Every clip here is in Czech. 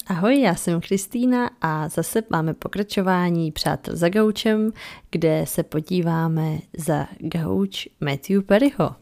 Ahoj, já jsem Kristýna a zase máme pokračování Přátel za gaučem, kde se podíváme za gauč Matthew Perryho.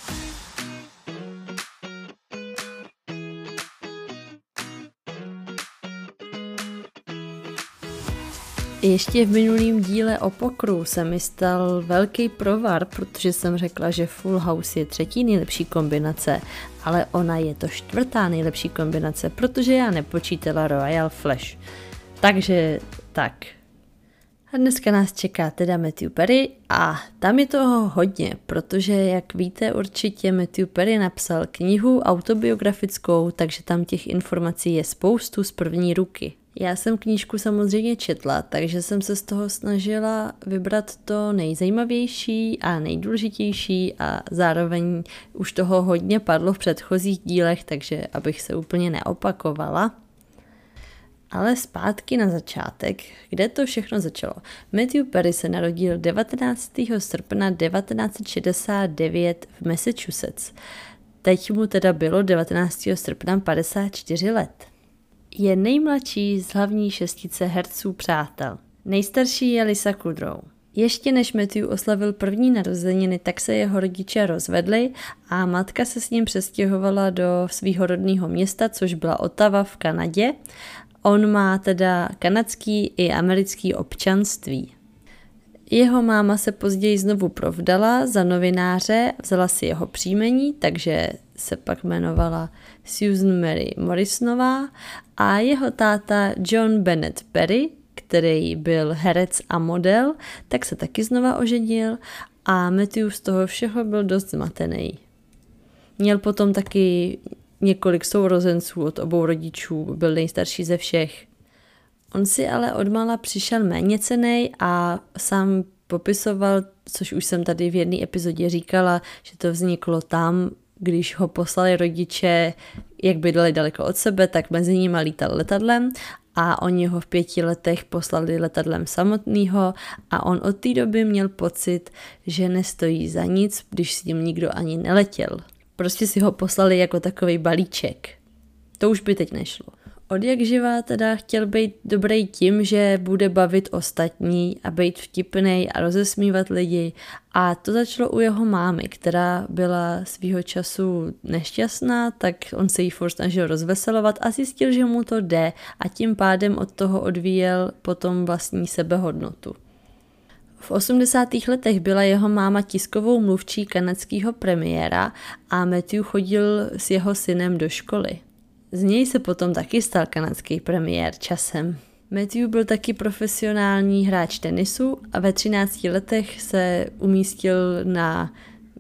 Ještě v minulém díle o pokru se mi stal velký provar, protože jsem řekla, že Full House je třetí nejlepší kombinace, ale ona je to čtvrtá nejlepší kombinace, protože já nepočítala Royal Flush. Takže tak. A dneska nás čeká teda Matthew Perry a tam je toho hodně, protože jak víte určitě Matthew Perry napsal knihu autobiografickou, takže tam těch informací je spoustu z první ruky. Já jsem knížku samozřejmě četla, takže jsem se z toho snažila vybrat to nejzajímavější a nejdůležitější a zároveň už toho hodně padlo v předchozích dílech, takže abych se úplně neopakovala. Ale zpátky na začátek, kde to všechno začalo. Matthew Perry se narodil 19. srpna 1969 v Massachusetts. Teď mu teda bylo 19. srpna 54 let. Je nejmladší z hlavní šestice herců Přátel. Nejstarší je Lisa Kudrow. Ještě než Matthew oslavil první narozeniny, tak se jeho rodiče rozvedli a matka se s ním přestěhovala do svého rodného města, což byla Ottawa v Kanadě. On má teda kanadský i americký občanství. Jeho máma se později znovu provdala za novináře, vzala si jeho příjmení, takže se pak jmenovala Susan Mary Morrisonová a jeho táta John Bennett Perry, který byl herec a model, tak se taky znova oženil a Matthew z toho všeho byl dost zmatený. Měl potom taky několik sourozenců od obou rodičů, byl nejstarší ze všech. On si ale odmala přišel méněcennej a sám popisoval, což už jsem tady v jedné epizodě říkala, že to vzniklo tam, když ho poslali rodiče, jak bydleli daleko od sebe, tak mezi nimi lítal letadlem a oni ho v 5 letech poslali letadlem samotného a on od té doby měl pocit, že nestojí za nic, když s ním nikdo ani neletěl. Prostě si ho poslali jako takovej balíček. To už by teď nešlo. Od jak živá teda chtěl být dobrý tím, že bude bavit ostatní a být vtipnej a rozesmívat lidi. A to začalo u jeho mámy, která byla svýho času nešťastná, tak on se jí furt snažil rozveselovat a zjistil, že mu to jde a tím pádem od toho odvíjel potom vlastní sebehodnotu. V 80. letech byla jeho máma tiskovou mluvčí kanadského premiéra a Matthew chodil s jeho synem do školy. Z něj se potom taky stal kanadský premiér časem. Matthew byl taky profesionální hráč tenisu a ve 13 letech se umístil na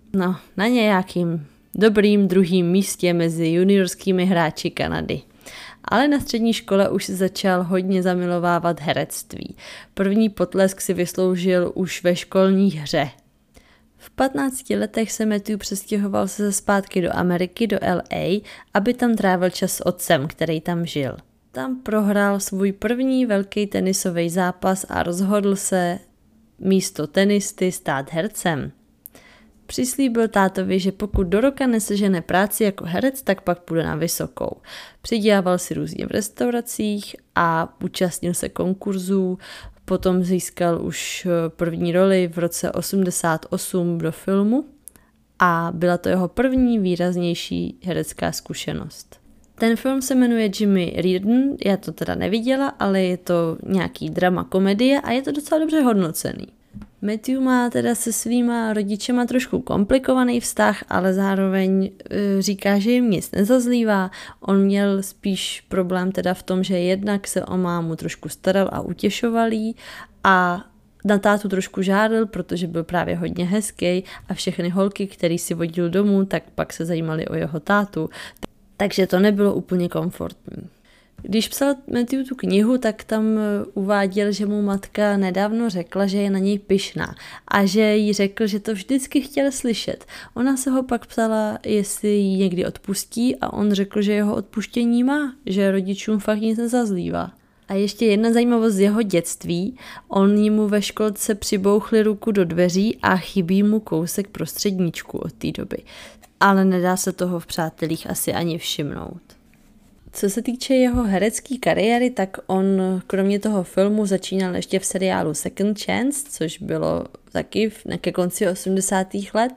nějakým dobrým druhým místě mezi juniorskými hráči Kanady. Ale na střední škole už se začal hodně zamilovávat herectví. První potlesk si vysloužil už ve školní hře. V 15 letech se Matthew přestěhoval se zpátky do Ameriky, do LA, aby tam trávil čas s otcem, který tam žil. Tam prohrál svůj první velký tenisový zápas a rozhodl se místo tenisty stát hercem. Přislíbil tátovi, že pokud do roka nesežene práci jako herec, tak pak půjde na vysokou. Přidělával si různě v restauracích a účastnil se konkurzů, potom získal už první roli v roce 88 do filmu a byla to jeho první výraznější herecká zkušenost. Ten film se jmenuje Jimmy Reardon, já to teda neviděla, ale je to nějaký drama komedie a je to docela dobře hodnocený. Matthew má teda se svýma rodičema trošku komplikovaný vztah, ale zároveň říká, že jim nic nezazlívá. On měl spíš problém teda v tom, že jednak se o mámu trošku staral a utěšoval jí a na tátu trošku žádl, protože byl právě hodně hezký a všechny holky, který si vodil domů, tak pak se zajímali o jeho tátu. Takže to nebylo úplně komfortní. Když psal Matthew tu knihu, tak tam uváděl, že mu matka nedávno řekla, že je na něj pyšná a že jí řekl, že to vždycky chtěl slyšet. Ona se ho pak ptala, jestli jí někdy odpustí a on řekl, že jeho odpuštění má, že rodičům fakt nic nezazlívá. A ještě jedna zajímavost z jeho dětství, oni mu ve školce přibouchli ruku do dveří a chybí mu kousek prostředníčku od té doby. Ale nedá se toho v Přátelích asi ani všimnout. Co se týče jeho herecké kariéry, tak on kromě toho filmu začínal ještě v seriálu Second Chance, což bylo taky ke konci 80. let.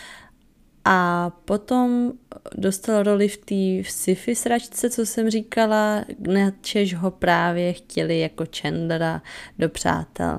A potom dostal roli v té sci-fi sračce, co jsem říkala, načež ho právě chtěli jako Chandlera do Přátel.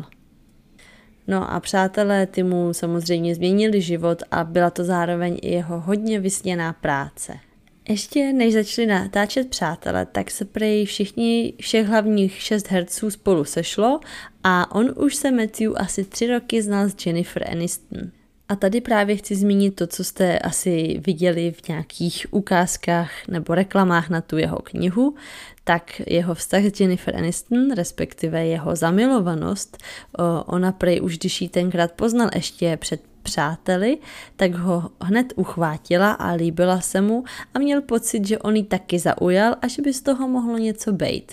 No a Přátelé ty mu samozřejmě změnili život a byla to zároveň i jeho hodně vysněná práce. Ještě než začali natáčet Přátelé, tak se prej všech hlavních 6 herců spolu sešlo a on už se Matthew asi 3 roky znal s Jennifer Aniston. A tady právě chci zmínit to, co jste asi viděli v nějakých ukázkách nebo reklamách na tu jeho knihu, tak jeho vztah s Jennifer Aniston, respektive jeho zamilovanost, ona prej už když ji tenkrát poznal ještě před Přáteli, tak ho hned uchvátila a líbila se mu a měl pocit, že on ji taky zaujal a že by z toho mohlo něco bejt.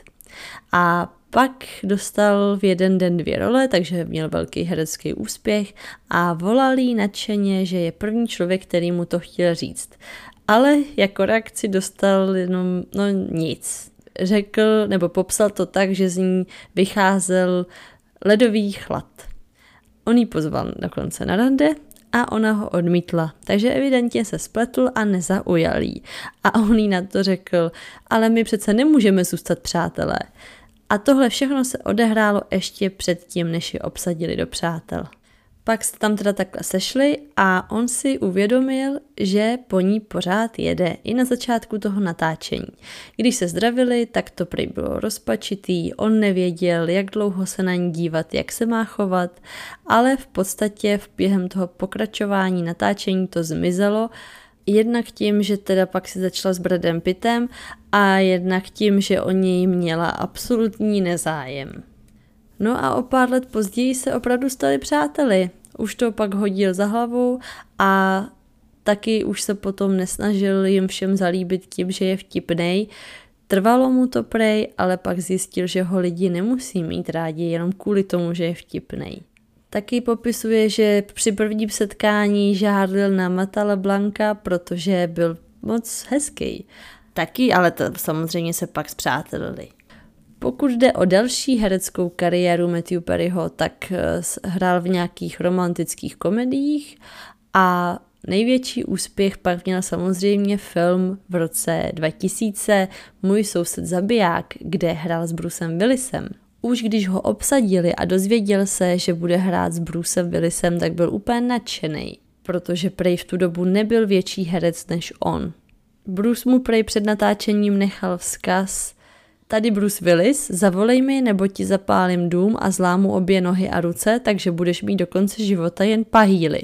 A pak dostal v jeden den 2 role, takže měl velký herecký úspěch a volal jí nadšeně, že je první člověk, který mu to chtěl říct. Ale jako reakci dostal jenom nic. Řekl nebo popsal to tak, že z ní vycházel ledový chlad. On jí pozval dokonce na rande a ona ho odmítla, takže evidentně se spletl a nezaujal jí. A on jí na to řekl, ale my přece nemůžeme zůstat přátelé. A tohle všechno se odehrálo ještě předtím, než ji obsadili do Přátel. Pak se tam teda takhle sešli a on si uvědomil, že po ní pořád jede i na začátku toho natáčení. Když se zdravili, tak to prý bylo rozpačitý, on nevěděl, jak dlouho se na ní dívat, jak se má chovat, ale v podstatě během toho pokračování natáčení to zmizelo, jednak tím, že teda pak si začala s Bradem Pittem a jednak tím, že o něj měla absolutní nezájem. No a o pár let později se opravdu stali přáteli. Už to pak hodil za hlavu a taky už se potom nesnažil jim všem zalíbit tím, že je vtipnej. Trvalo mu to prej, ale pak zjistil, že ho lidi nemusí mít rádi jenom kvůli tomu, že je vtipnej. Taky popisuje, že při prvním setkání žádlil na Matta LeBlanca, protože byl moc hezký. Taky, ale to samozřejmě se pak spřátelili. Pokud jde o další hereckou kariéru Matthew Perryho, tak hrál v nějakých romantických komediích a největší úspěch pak měl samozřejmě film v roce 2000 Můj soused zabiják, kde hrál s Brucem Willisem. Už když ho obsadili a dozvěděl se, že bude hrát s Brucem Willisem, tak byl úplně nadšený, protože prej v tu dobu nebyl větší herec než on. Bruce mu prej před natáčením nechal vzkaz: tady Bruce Willis, zavolej mi, nebo ti zapálím dům a zlámu obě nohy a ruce, takže budeš mít do konce života jen pahýly.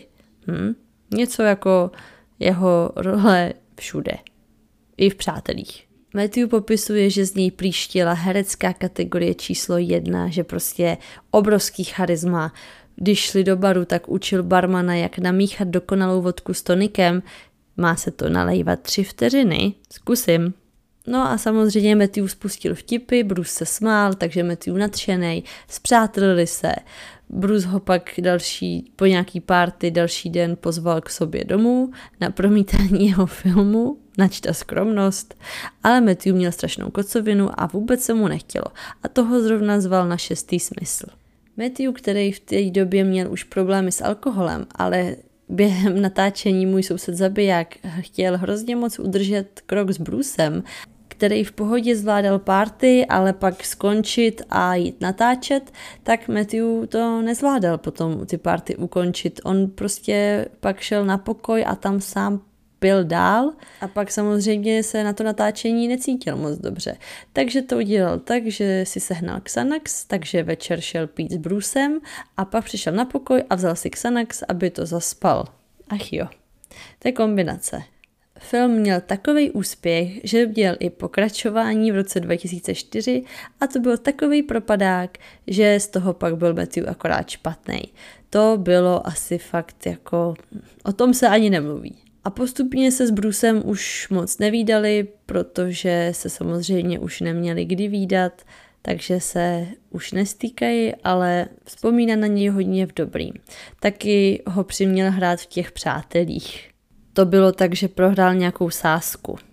Něco jako jeho role všude. I v Přátelích. Matthew popisuje, že z něj příštila herecká kategorie číslo 1, že prostě obrovský charisma. Když šli do baru, tak učil barmana, jak namíchat dokonalou vodku s tonikem. Má se to nalejvat 3 vteřiny. Zkusím. No a samozřejmě Matthew spustil vtipy, Bruce se smál, takže Matthew nadšenej, spřátelili se. Bruce ho pak po nějaký party další den pozval k sobě domů na promítání jeho filmu, načta skromnost, ale Matthew měl strašnou kocovinu a vůbec se mu nechtělo a toho zrovna zval na 6. smysl. Matthew, který v té době měl už problémy s alkoholem, ale během natáčení Můj soused zabiják chtěl hrozně moc udržet krok s Brucem, který v pohodě zvládal party, ale pak skončit a jít natáčet, tak Matthew to nezvládal potom ty party ukončit. On prostě pak šel na pokoj a tam sám pil dál a pak samozřejmě se na to natáčení necítil moc dobře. Takže to udělal tak, že si sehnal Xanax, takže večer šel pít s Brucem a pak přišel na pokoj a vzal si Xanax, aby to zaspal. Ach jo, to je kombinace. Film měl takový úspěch, že měl i pokračování v roce 2004 a to byl takový propadák, že z toho pak byl Matthew akorát špatnej. To bylo asi fakt jako, o tom se ani nemluví. A postupně se s Brucem už moc nevídali, protože se samozřejmě už neměli kdy vídat, takže se už nestýkají, ale vzpomíná na něj hodně v dobrým. Taky ho přiměl hrát v těch Přátelích. To bylo tak, že prohrál nějakou sázku.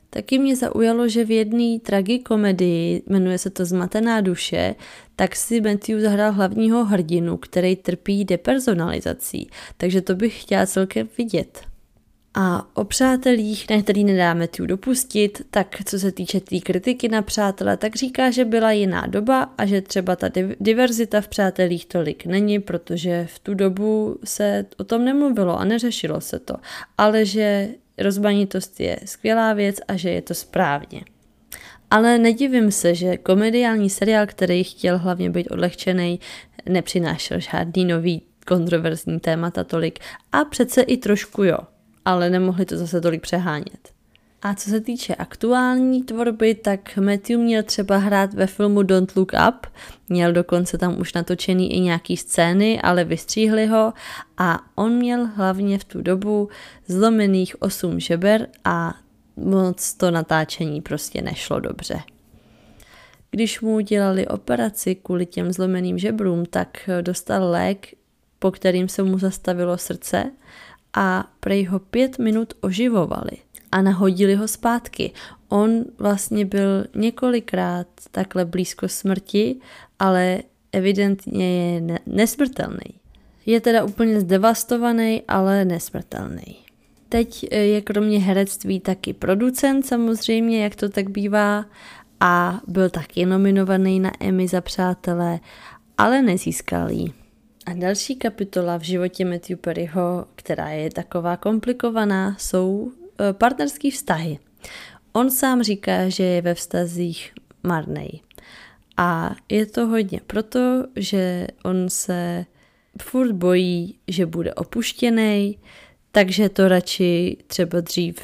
Taky mě zaujalo, že v jedné tragikomedii, jmenuje se to Zmatená duše, tak si Matthew zahrál hlavního hrdinu, který trpí depersonalizací, takže to bych chtěla celkem vidět. A o přátelích, na který nedá Matthew dopustit, tak co se týče té kritiky na přátele, tak říká, že byla jiná doba a že třeba ta diverzita v přátelích tolik není, protože v tu dobu se o tom nemluvilo a neřešilo se to, ale že rozmanitost je skvělá věc a že je to správně. Ale nedivím se, že komediální seriál, který chtěl hlavně být odlehčený, nepřinášel žádný nový kontroverzní témata tolik a přece i trošku jo, ale nemohli to zase tolik přehánět. A co se týče aktuální tvorby, tak Matthew měl třeba hrát ve filmu Don't Look Up, měl dokonce tam už natočený i nějaký scény, ale vystříhli ho a on měl hlavně v tu dobu zlomených 8 žeber a moc to natáčení prostě nešlo dobře. Když mu dělali operaci kvůli těm zlomeným žebrům, tak dostal lék, po kterým se mu zastavilo srdce a prej ho 5 minut oživovali a nahodili ho zpátky. On vlastně byl několikrát takhle blízko smrti, ale evidentně je nesmrtelný. Je teda úplně zdevastovaný, ale nesmrtelný. Teď je kromě herectví taky producent samozřejmě, jak to tak bývá, a byl taky nominovaný na Emmy za Přátelé, ale nezískal ji. A další kapitola v životě Matthew Perryho, která je taková komplikovaná, jsou partnerský vztahy. On sám říká, že je ve vztazích marnej. A je to hodně proto, že on se furt bojí, že bude opuštěný, takže to radši třeba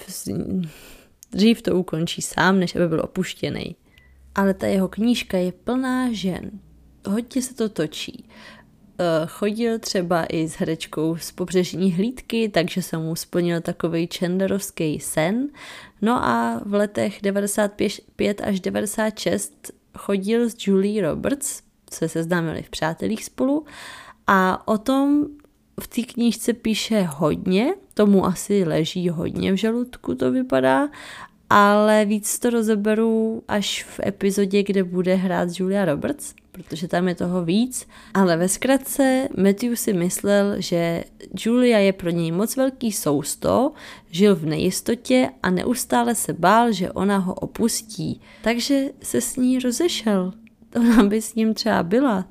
dřív to ukončí sám, než aby byl opuštěný. Ale ta jeho knížka je plná žen. Hodně se to točí. Chodil třeba i s herečkou z Pobřežní hlídky, takže se mu splnil takovej chandlerovský sen. No a v letech 95 až 96 chodil s Julie Roberts, se seznámili v Přátelích spolu a o tom v té knížce píše hodně, tomu asi leží hodně v žaludku, to vypadá, ale víc to rozeberu až v epizodě, kde bude hrát Julia Roberts, protože tam je toho víc, ale ve zkratce Matthew si myslel, že Julia je pro něj moc velký sousto, žil v nejistotě a neustále se bál, že ona ho opustí, takže se s ní rozešel. Ona by s ním třeba byla,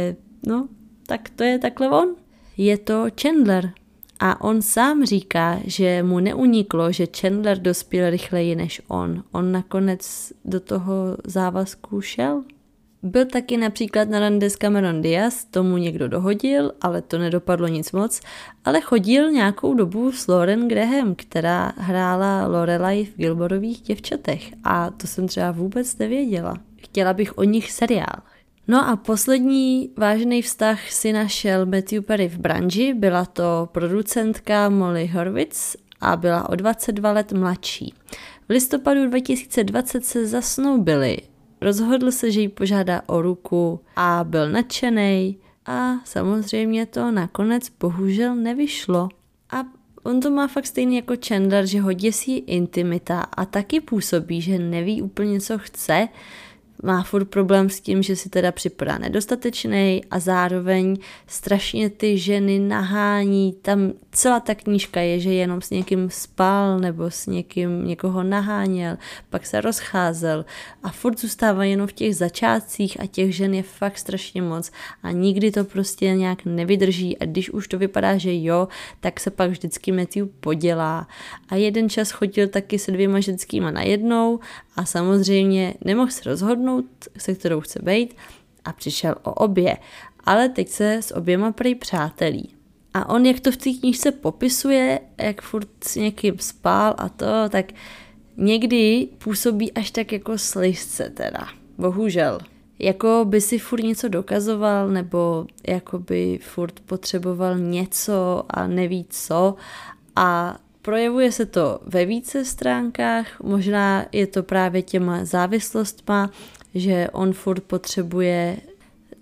tak to je takhle on. Je to Chandler. A on sám říká, že mu neuniklo, že Chandler dospěl rychleji než on. On nakonec do toho závazku šel. Byl taky například na rande s Cameron Diaz, tomu někdo dohodil, ale to nedopadlo nic moc, ale chodil nějakou dobu s Lauren Graham, která hrála Lorelai v Gilmorových děvčatech a to jsem třeba vůbec nevěděla. Chtěla bych o nich seriál. No a poslední vážný vztah si našel Matthew Perry v branži, byla to producentka Molly Horwitz a byla o 22 let mladší. V listopadu 2020 se zasnoubili, rozhodl se, že jí požádá o ruku a byl nadšenej a samozřejmě to nakonec bohužel nevyšlo. A on to má fakt stejný jako Chandler, že ho děsí intimita a taky působí, že neví úplně, co chce, má furt problém s tím, že si teda připadá nedostatečnej a zároveň strašně ty ženy nahání. Tam celá ta knížka je, že jenom s někým spal nebo s někým někoho naháněl, pak se rozcházel a furt zůstává jenom v těch začátcích a těch žen je fakt strašně moc a nikdy to prostě nějak nevydrží a když už to vypadá, že jo, tak se pak vždycky Matthew podělá. A jeden čas chodil taky se 2 ženskýma najednou a samozřejmě nemohl se rozhodnout, se kterou chce být a přišel o obě, ale teď se s oběma prý přátelí. A on, jak to v té knížce popisuje, jak furt s někým spál a to, tak někdy působí až tak jako slizce teda, bohužel. Jako by si furt něco dokazoval, nebo jako by furt potřeboval něco a neví co a projevuje se to ve více stránkách, možná je to právě těma závislostma, že on furt potřebuje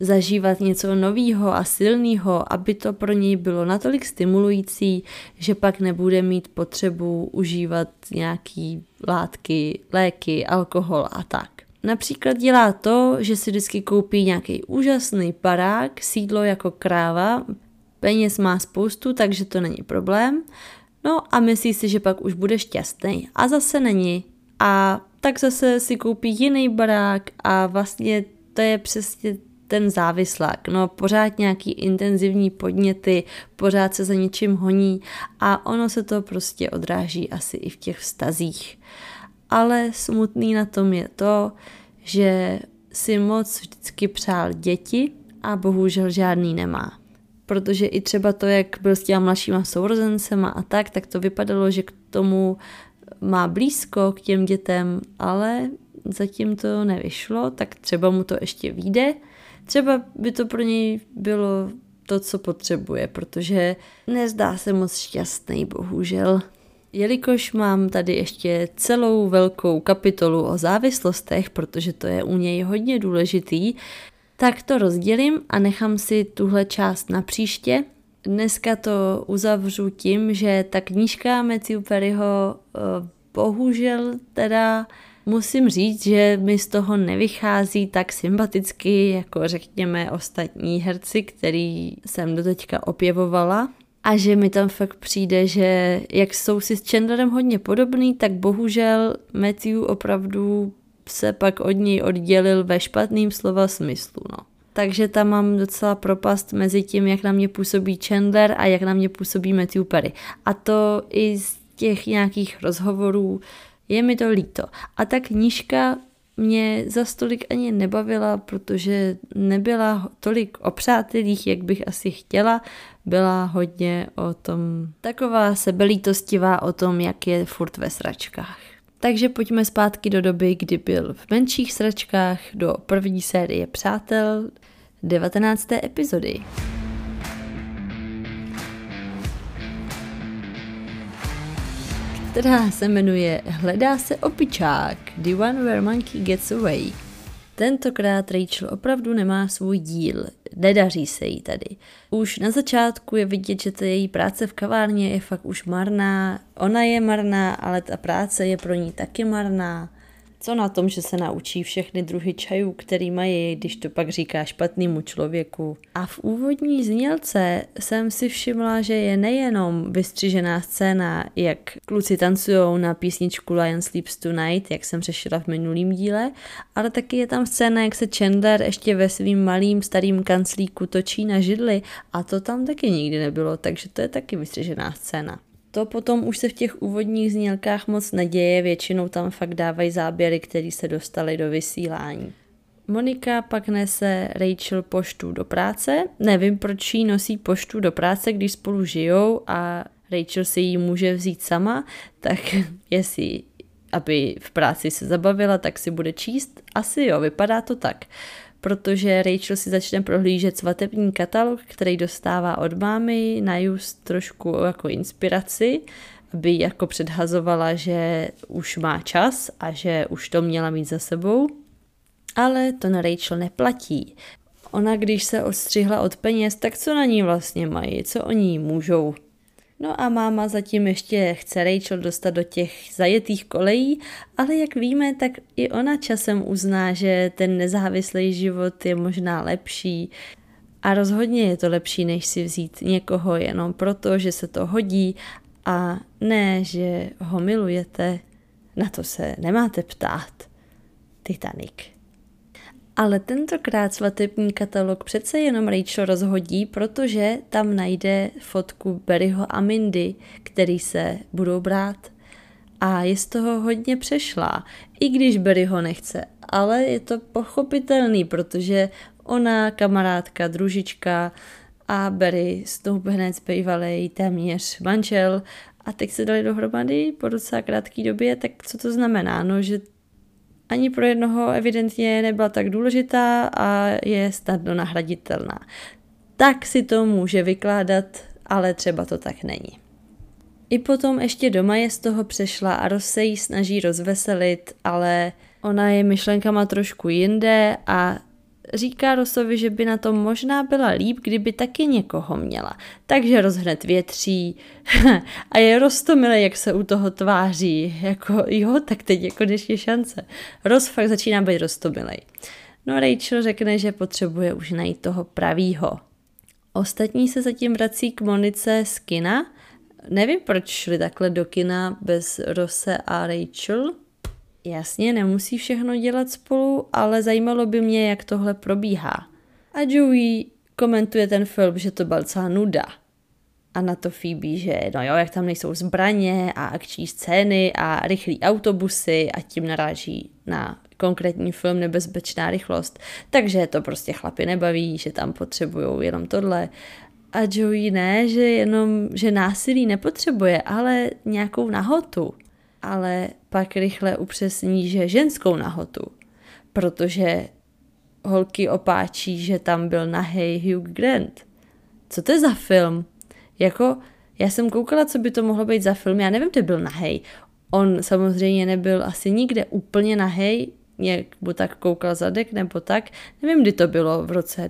zažívat něco nového a silného, aby to pro něj bylo natolik stimulující, že pak nebude mít potřebu užívat nějaký látky, léky, alkohol a tak. Například dělá to, že si vždycky koupí nějaký úžasný barák, sídlo jako kráva, peněz má spoustu, takže to není problém. No a myslí si, že pak už bude šťastný. A zase není. A tak zase si koupí jiný barák a vlastně to je přesně ten závislák. No pořád nějaký intenzivní podněty, pořád se za něčím honí a ono se to prostě odráží asi i v těch vztazích. Ale smutný na tom je to, že si moc vždycky přál děti a bohužel žádný nemá. Protože i třeba to, jak byl s těma mladšíma sourozencema a tak to vypadalo, že k tomu má blízko k těm dětem, ale zatím to nevyšlo, tak třeba mu to ještě vyjde. Třeba by to pro něj bylo to, co potřebuje, protože nezdá se moc šťastný, bohužel. Jelikož mám tady ještě celou velkou kapitolu o závislostech, protože to je u něj hodně důležitý, tak to rozdělím a nechám si tuhle část na příště. Dneska to uzavřu tím, že ta knížka Matthew Perryho bohužel teda musím říct, že mi z toho nevychází tak sympaticky, jako řekněme ostatní herci, který jsem doteďka opěvovala. A že mi tam fakt přijde, že jak jsou si s Chandlerem hodně podobný, tak bohužel Matthew opravdu se pak od něj oddělil ve špatným slova smyslu. No. Takže tam mám docela propast mezi tím, jak na mě působí Chandler a jak na mě působí Matthew Perry. A to i z těch nějakých rozhovorů je mi to líto. A ta knížka mě zas tolik ani nebavila, protože nebyla tolik o přátelích, jak bych asi chtěla. Byla hodně o tom, taková sebelítostivá o tom, jak je furt ve sračkách. Takže pojďme zpátky do doby, kdy byl v menších sračkách, do první série Přátel, 19. epizody. Která se jmenuje Hledá se opičák, The One Where Monkey Gets Away. Tentokrát Rachel opravdu nemá svůj díl, nedaří se jí tady. Už na začátku je vidět, že ta její práce v kavárně je fakt už marná, ona je marná, ale ta práce je pro ní taky marná. Co na tom, že se naučí všechny druhy čajů, který mají, když to pak říká špatnému člověku. A v úvodní znělce jsem si všimla, že je nejenom vystřižená scéna, jak kluci tancujou na písničku Lion Sleeps Tonight, jak jsem řešila v minulým díle, ale taky je tam scéna, jak se Chandler ještě ve svým malým starým kanclíku točí na židli a to tam taky nikdy nebylo, takže to je taky vystřižená scéna. To potom už se v těch úvodních znělkách moc neděje, většinou tam fakt dávají záběry, které se dostaly do vysílání. Monika pak nese Rachel poštu do práce, nevím, proč jí nosí poštu do práce, když spolu žijou a Rachel si ji může vzít sama, tak jestli, aby v práci se zabavila, tak si bude číst, asi jo, vypadá to tak. Protože Rachel si začne prohlížet svatební katalog, který dostává od mámy, na just trošku jako inspiraci, aby jako předhazovala, že už má čas a že už to měla mít za sebou. Ale to na Rachel neplatí. Ona, když se odstřihla od peněz, tak co na ní vlastně mají, co oni můžou. No a máma zatím ještě chce Rachel dostat do těch zajetých kolejí, ale jak víme, tak i ona časem uzná, že ten nezávislý život je možná lepší a rozhodně je to lepší, než si vzít někoho jenom proto, že se to hodí a ne, že ho milujete. Na to se nemáte ptát. Titanic. Ale tentokrát svatební katalog přece jenom Rachel rozhodí, protože tam najde fotku Barryho a Mindy, který se budou brát. A je z toho hodně přešlá, i když Barry ho nechce. Ale je to pochopitelný, protože ona, kamarádka, družička a Barry stoupenec bývalej téměř manžel a teď se dali dohromady po docela krátké době, tak co to znamená? No, že ani pro jednoho evidentně nebyla tak důležitá a je snadno nahraditelná. Tak si to může vykládat, ale třeba to tak není. I potom ještě doma je z toho přešla a Ross se jí snaží rozveselit, ale ona je myšlenkama trošku jinde a říká Rossovi, že by na tom možná byla líp, kdyby taky někoho měla. Takže Ross hned větří a je roztomilý, jak se u toho tváří. Jako jo, tak teď je konečně šance. Ross fakt začíná být roztomilý. No Rachel řekne, že potřebuje už najít toho pravýho. Ostatní se zatím vrací k Monice z kina. Nevím, proč šli takhle do kina bez Rosse a Rachel. Jasně, nemusí všechno dělat spolu, ale zajímalo by mě, jak tohle probíhá. A Joey komentuje ten film, že to byla docela nuda. A na to Phoebe, že no jo, jak tam nejsou zbraně a akční scény a rychlý autobusy a tím naráží na konkrétní film Nebezpečná rychlost. Takže to prostě chlapi nebaví, že tam potřebujou jenom tohle. A Joey ne, že násilí nepotřebuje, ale nějakou nahotu. Ale pak rychle upřesní, že ženskou nahotu, protože holky opáčí, že tam byl nahej Hugh Grant. Co to je za film? Jako, já jsem koukala, co by to mohlo být za film, já nevím, kde byl nahej. On samozřejmě nebyl asi nikde úplně nahej, nebo tak koukal zadek, nebo tak. Nevím, kdy to bylo, v roce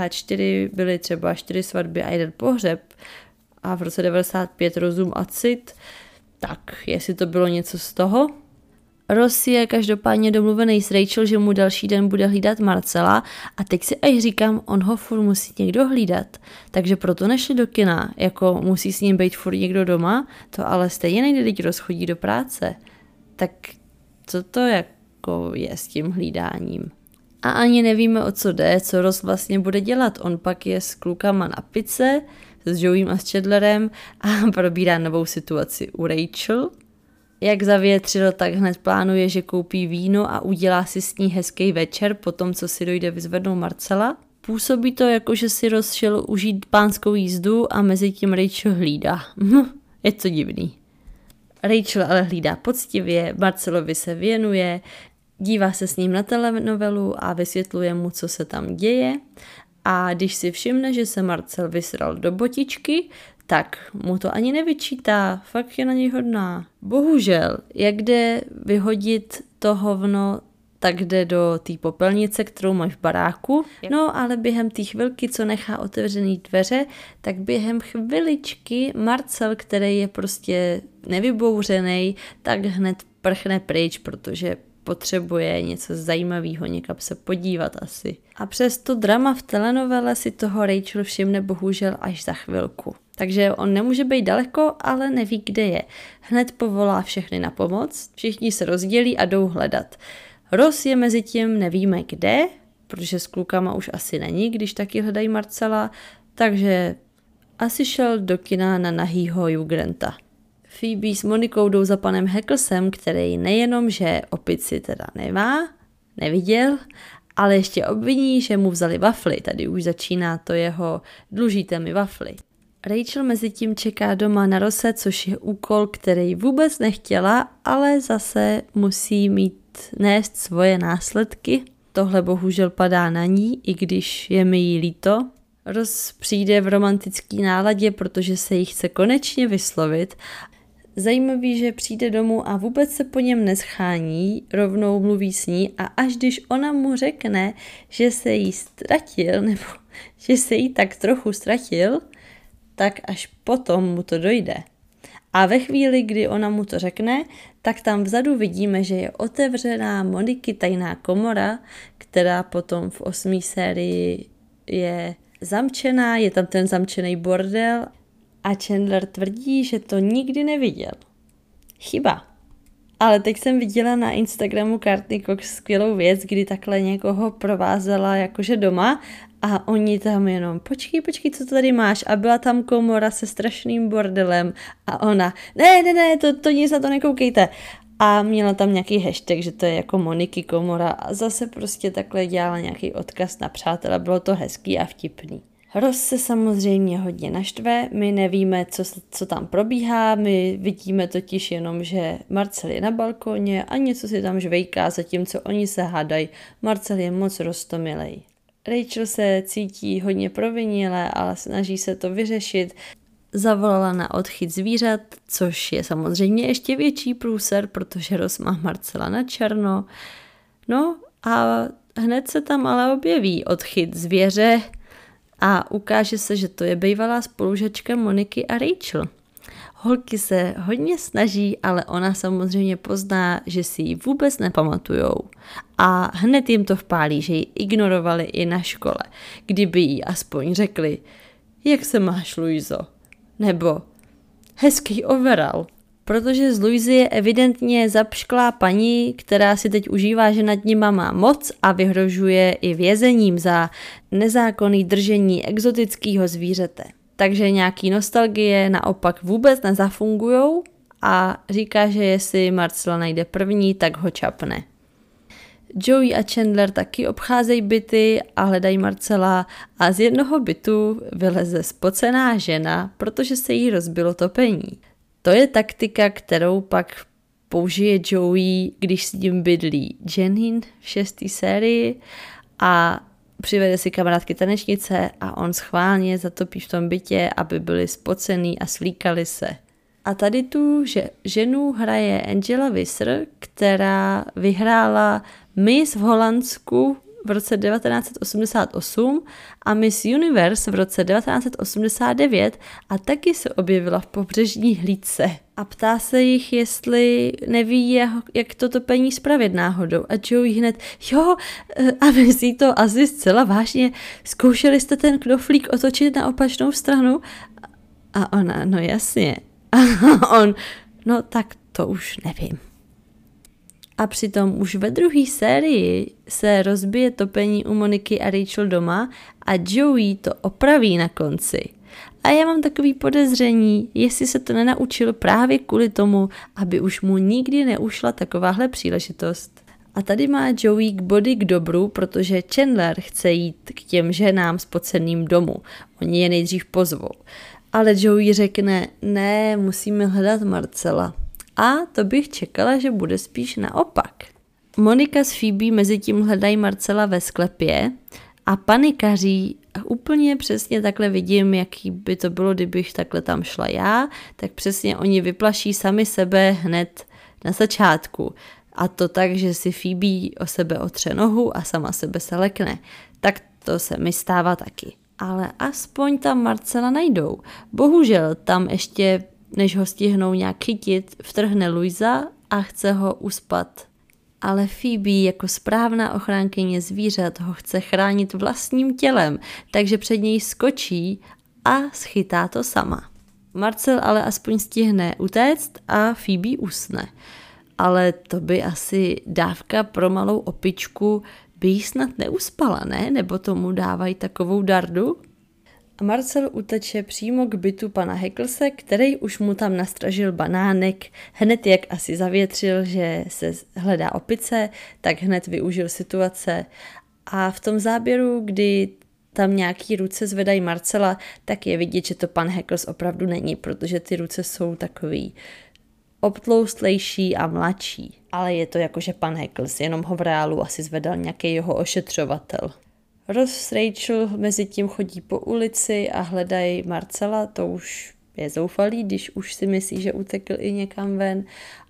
94 byly třeba 4 svatby a 1 pohřeb a v roce 95 Rozum a cit. Tak, jestli to bylo něco z toho. Ross je každopádně domluvený s Rachel, že mu další den bude hlídat Marcela a teď si až říkám, on ho furt musí někdo hlídat. Takže proto nešli do kina, jako musí s ním být furt někdo doma, to ale stejně nejde, když Ross chodí do práce. Tak co to jako je s tím hlídáním? A ani nevíme, o co jde, co Ross vlastně bude dělat. On pak je s klukama na pice, s Joeym a s Chandlerem a probírá novou situaci u Rachel. Jak zavětřil, tak hned plánuje, že koupí víno a udělá si s ní hezký večer po tom, co si dojde vyzvednout Marcela. Působí to jako, že si rozšel užít pánskou jízdu a mezi tím Rachel hlídá. Je to divný. Rachel ale hlídá poctivě, Marcelovi se věnuje, dívá se s ním na telenovelu a vysvětluje mu, co se tam děje. A když si všimne, že se Marcel vysral do botičky, tak mu to ani nevyčítá, fakt je na něj hodná. Bohužel, jak jde vyhodit to hovno, tak jde do té popelnice, kterou máš v baráku. No, ale během té chvilky, co nechá otevřený dveře, tak během chviličky Marcel, který je prostě nevybouřený, tak hned prchne pryč, protože potřebuje něco zajímavého, někam se podívat asi. A přes to drama v telenovele si toho Rachel všimne bohužel až za chvilku. Takže on nemůže být daleko, ale neví, kde je. Hned povolá všechny na pomoc, všichni se rozdělí a jdou hledat. Ross je mezi tím nevíme kde, protože s klukama už asi není, když taky hledají Marcela, takže asi šel do kina na nahýho Hugh Granta. Phoebe s Monikou jdou za panem Hecklesem, který nejenom, že opici teda neviděl, ale ještě obviní, že mu vzali wafly. Tady už začíná to jeho dlužíte mi wafly. Rachel mezi tím čeká doma na Rosse, což je úkol, který vůbec nechtěla, ale zase musí nést svoje následky. Tohle bohužel padá na ní, i když je mi jí líto. Ross přijde v romantický náladě, protože se jí chce konečně vyslovit. Zajímavý, že přijde domů a vůbec se po něm neschání, rovnou mluví s ní a až když ona mu řekne, že se jí ztratil, nebo že se jí tak trochu ztratil, tak až potom mu to dojde. A ve chvíli, kdy ona mu to řekne, tak tam vzadu vidíme, že je otevřená Moniky tajná komora, která potom v 8. sérii je zamčená, je tam ten zamčený bordel a Chandler tvrdí, že to nikdy neviděl. Chyba. Ale teď jsem viděla na Instagramu Courtney Cox skvělou věc, kdy takhle někoho provázela jakože doma a oni tam jenom počkej, co tady máš? A byla tam komora se strašným bordelem a ona, ne, to nic na to nekoukejte. A měla tam nějaký hashtag, že to je jako Moniky komora a zase prostě takhle dělala nějaký odkaz na přátele, bylo to hezký a vtipný. Ross se samozřejmě hodně naštve, my nevíme, co tam probíhá, my vidíme totiž jenom, že Marcel je na balkoně a něco si tam žvejká, zatímco oni se hádají. Marcel je moc roztomilej. Rachel se cítí hodně provinile, ale snaží se to vyřešit. Zavolala na odchyt zvířat, což je samozřejmě ještě větší průser, protože Ross má Marcela na černo. No a hned se tam ale objeví odchyt zvěře a ukáže se, že to je bývalá spolužačka Moniky a Rachel. Holky se hodně snaží, ale ona samozřejmě pozná, že si ji vůbec nepamatujou. A hned jim to vpálí, že ji ignorovali i na škole, kdyby jí aspoň řekli, jak se máš, Luizo? Nebo hezký overall. Protože z Luizy je evidentně zapšklá paní, která si teď užívá, že nad nima má moc a vyhrožuje i vězením za nezákonný držení exotického zvířete. Takže nějaký nostalgie naopak vůbec nezafungujou a říká, že jestli Marcela najde první, tak ho čapne. Joey a Chandler taky obcházejí byty a hledají Marcela a z jednoho bytu vyleze spocená žena, protože se jí rozbilo topení. To je taktika, kterou pak použije Joey, když s ním bydlí Janine v 6. sérii a přivede si kamarádky tanečnice a on schválně zatopí v tom bytě, aby byli spocený a slíkali se. A tady tu ženu hraje Angela Visser, která vyhrála Miss v Holandsku v roce 1988 a Miss Universe v roce 1989 a taky se objevila v Pobřežní hlídce. A ptá se jich, jestli neví, jak to topení spravit náhodou. A Joey hned, jo, a myslí to asi zcela vážně, zkoušeli jste ten knoflík otočit na opačnou stranu? A ona, no jasně. A on, no tak to už nevím. A přitom už ve 2. sérii se rozbije topení u Moniky a Rachel doma a Joey to opraví na konci. A já mám takový podezření, jestli se to nenaučil právě kvůli tomu, aby už mu nikdy neušla takováhle příležitost. A tady má Joey body k dobru, protože Chandler chce jít k těm ženám spoceným domů. Oni je nejdřív pozvou. Ale Joey řekne, ne, musíme hledat Marcela. A to bych čekala, že bude spíš naopak. Monika s Phoebe mezi tím hledají Marcela ve sklepě a panikaří. Úplně přesně takhle vidím, jaký by to bylo, kdybych takhle tam šla já, tak přesně oni vyplaší sami sebe hned na začátku. A to tak, že si Phoebe o sebe otře nohu a sama sebe se lekne. Tak to se mi stává taky. Ale aspoň tam Marcela najdou. Bohužel tam ještě, než ho stihnou nějak chytit, vtrhne Luisa a chce ho uspat. Ale Phoebe jako správná ochránkyně zvířat ho chce chránit vlastním tělem, takže před něj skočí a schytá to sama. Marcel ale aspoň stihne utéct a Phoebe usne. Ale to by asi dávka pro malou opičku by jí snad neuspala, ne? Nebo tomu dávají takovou dardu? A Marcel uteče přímo k bytu pana Hecklese, který už mu tam nastražil banánek. Hned jak asi zavětřil, že se hledá opice, tak hned využil situace. A v tom záběru, kdy tam nějaký ruce zvedají Marcela, tak je vidět, že to pan Heckles opravdu není, protože ty ruce jsou takový obtloustlejší a mladší. Ale je to jako, že pan Heckles, jenom ho v reálu asi zvedal nějaký jeho ošetřovatel. Ross s Rachel mezi tím chodí po ulici a hledají Marcela, to už je zoufalý, když už si myslí, že utekl i někam ven.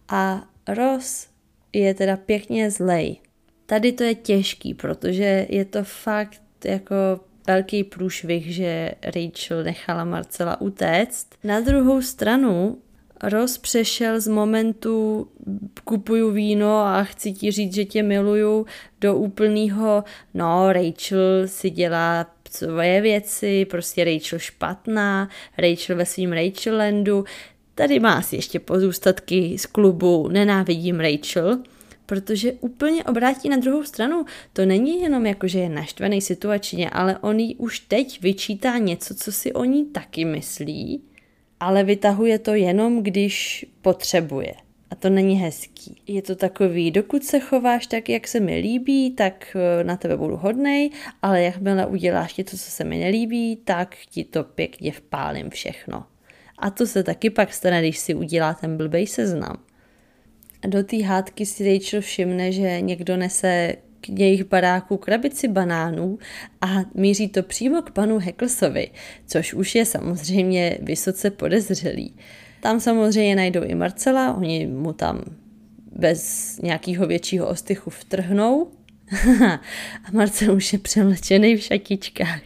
A Ross je teda pěkně zlej. Tady to je těžký, protože je to fakt jako velký průšvih, že Rachel nechala Marcela utéct. Na druhou stranu Ross přešel z momentu kupuju víno a chci ti říct, že tě miluju, do úplného, no Rachel si dělá svoje věci, prostě Rachel špatná, Rachel ve svým Rachelandu. Tady má asi ještě pozůstatky z klubu Nenávidím Rachel, protože úplně obrátí na druhou stranu. To není jenom jako, že je naštvaný situačně, ale on jí už teď vyčítá něco, co si o ní taky myslí, ale vytahuje to jenom, když potřebuje. A to není hezký. Je to takový, dokud se chováš tak, jak se mi líbí, tak na tebe budu hodnej, ale jakmile uděláš něco, co se mi nelíbí, tak ti to pěkně vpálím všechno. A to se taky pak stane, když si udělá ten blbej seznam. A do té hádky si Rachel všimne, že někdo nese k jejich baráku krabici banánů a míří to přímo k panu Hecklesovi, což už je samozřejmě vysoce podezřelý. Tam samozřejmě najdou i Marcela, oni mu tam bez nějakého většího ostychu vtrhnou A Marcel už je přemlečený v šatičkách.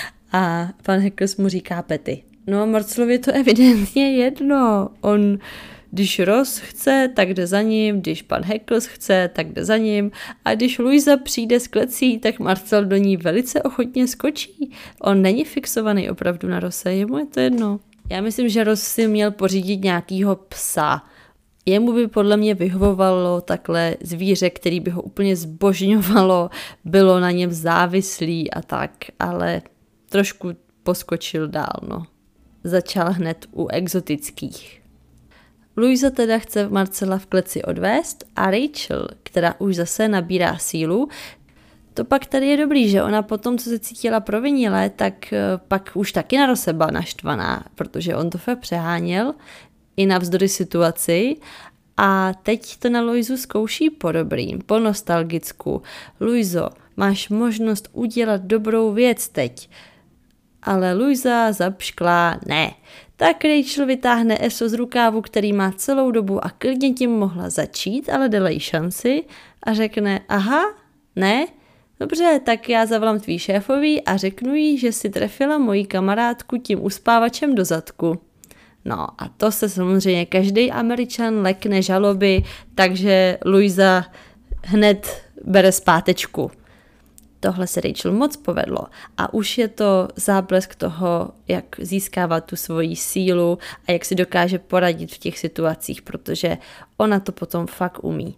A pan Heckles mu říká Patty. No a Marcelovi je to evidentně jedno. On, když Ross chce, tak jde za ním, když pan Heckles chce, tak jde za ním a když Louisa přijde s klecí, tak Marcel do ní velice ochotně skočí. On není fixovaný opravdu na Rosse, jemu je to jedno. Já myslím, že Ross si měl pořídit nějakýho psa. Jemu by podle mě vyhovovalo takhle zvíře, který by ho úplně zbožňovalo, bylo na něm závislý a tak, ale trošku poskočil dál, no. Začal hned u exotických. Louisa teda chce Marcela v kleci odvést a Rachel, která už zase nabírá sílu, to pak tady je dobrý, že ona potom, co se cítila provinile, tak pak už taky na Rosse byla naštvaná, protože on to fakt přeháněl i navzdory situaci a teď to na Louisu zkouší po dobrým, po nostalgicku. Louiso, máš možnost udělat dobrou věc teď. Ale Louisa zapšklá ne. Tak Rachel vytáhne ESO z rukávu, který má celou dobu a klidně tím mohla začít, ale dala jí šanci a řekne aha, ne, dobře, tak já zavolám tvý šéfovi a řeknu jí, že si trefila moji kamarádku tím uspávačem do zadku. No a to se samozřejmě každý Američan lekne žaloby, takže Louisa hned bere zpátečku. Tohle se Rachel moc povedlo a už je to záblesk toho, jak získávat tu svoji sílu a jak si dokáže poradit v těch situacích, protože ona to potom fakt umí.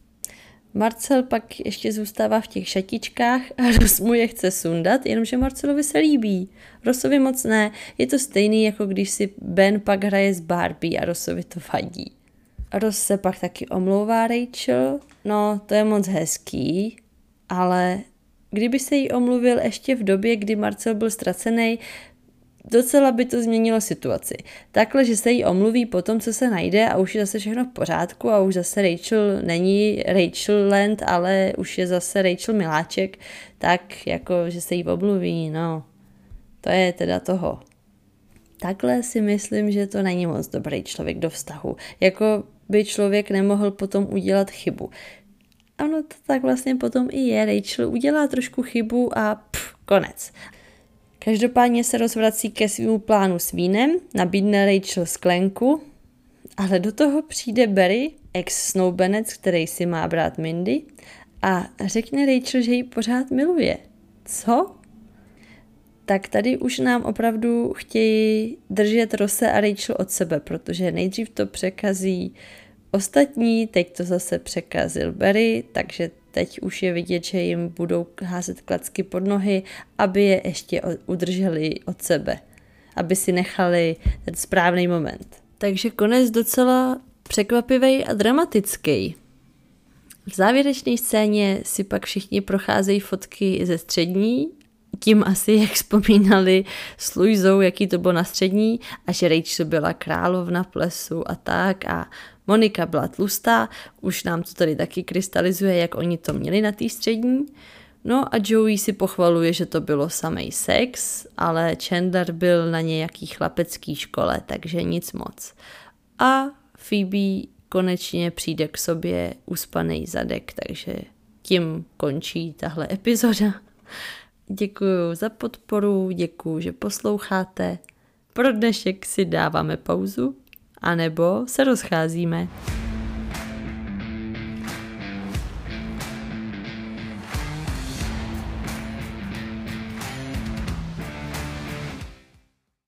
Marcel pak ještě zůstává v těch šatičkách a Ross mu je chce sundat, jenomže Marcelovi se líbí. Rossovi moc ne. Je to stejný, jako když si Ben pak hraje s Barbie a Rossovi to vadí. Ross se pak taky omlouvá Rachel. No, to je moc hezký, ale kdyby se jí omluvil ještě v době, kdy Marcel byl ztracený, docela by to změnilo situaci. Takhle, že se jí omluví po tom, co se najde a už je zase všechno v pořádku a už zase Rachel není Rachel Land, ale už je zase Rachel miláček, tak jako, že se jí omluví, no. To je teda toho. Takhle si myslím, že to není moc dobrý člověk do vztahu. Jako by člověk nemohl potom udělat chybu. Ano, to tak vlastně potom i je. Rachel udělá trošku chybu a konec. Každopádně se rozvrací ke svému plánu s vínem, nabídne Rachel sklenku, ale do toho přijde Barry, ex-snoubenec, který si má brát Mindy, a řekne Rachel, že ji pořád miluje. Co? Tak tady už nám opravdu chtějí držet Rosse a Rachel od sebe, protože nejdřív to překazí ostatní, teď to zase překazil Barry, takže teď už je vidět, že jim budou házet klacky pod nohy, aby je ještě udrželi od sebe, aby si nechali ten správný moment. Takže konec docela překvapivý a dramatický. V závěrečné scéně si pak všichni procházejí fotky ze střední, tím asi, jak vzpomínali s Louisou, jaký to bylo na střední a že Rachel byla královna plesu a tak a Monika byla tlustá, už nám to tady taky krystalizuje, jak oni to měli na té střední. No a Joey si pochvaluje, že to bylo samej sex, ale Chandler byl na nějaký chlapecký škole, takže nic moc. A Phoebe konečně přijde k sobě uspanej zadek, takže tím končí tahle epizoda. Děkuju za podporu, děkuju, že posloucháte. Pro dnešek si dáváme pauzu, anebo se rozcházíme.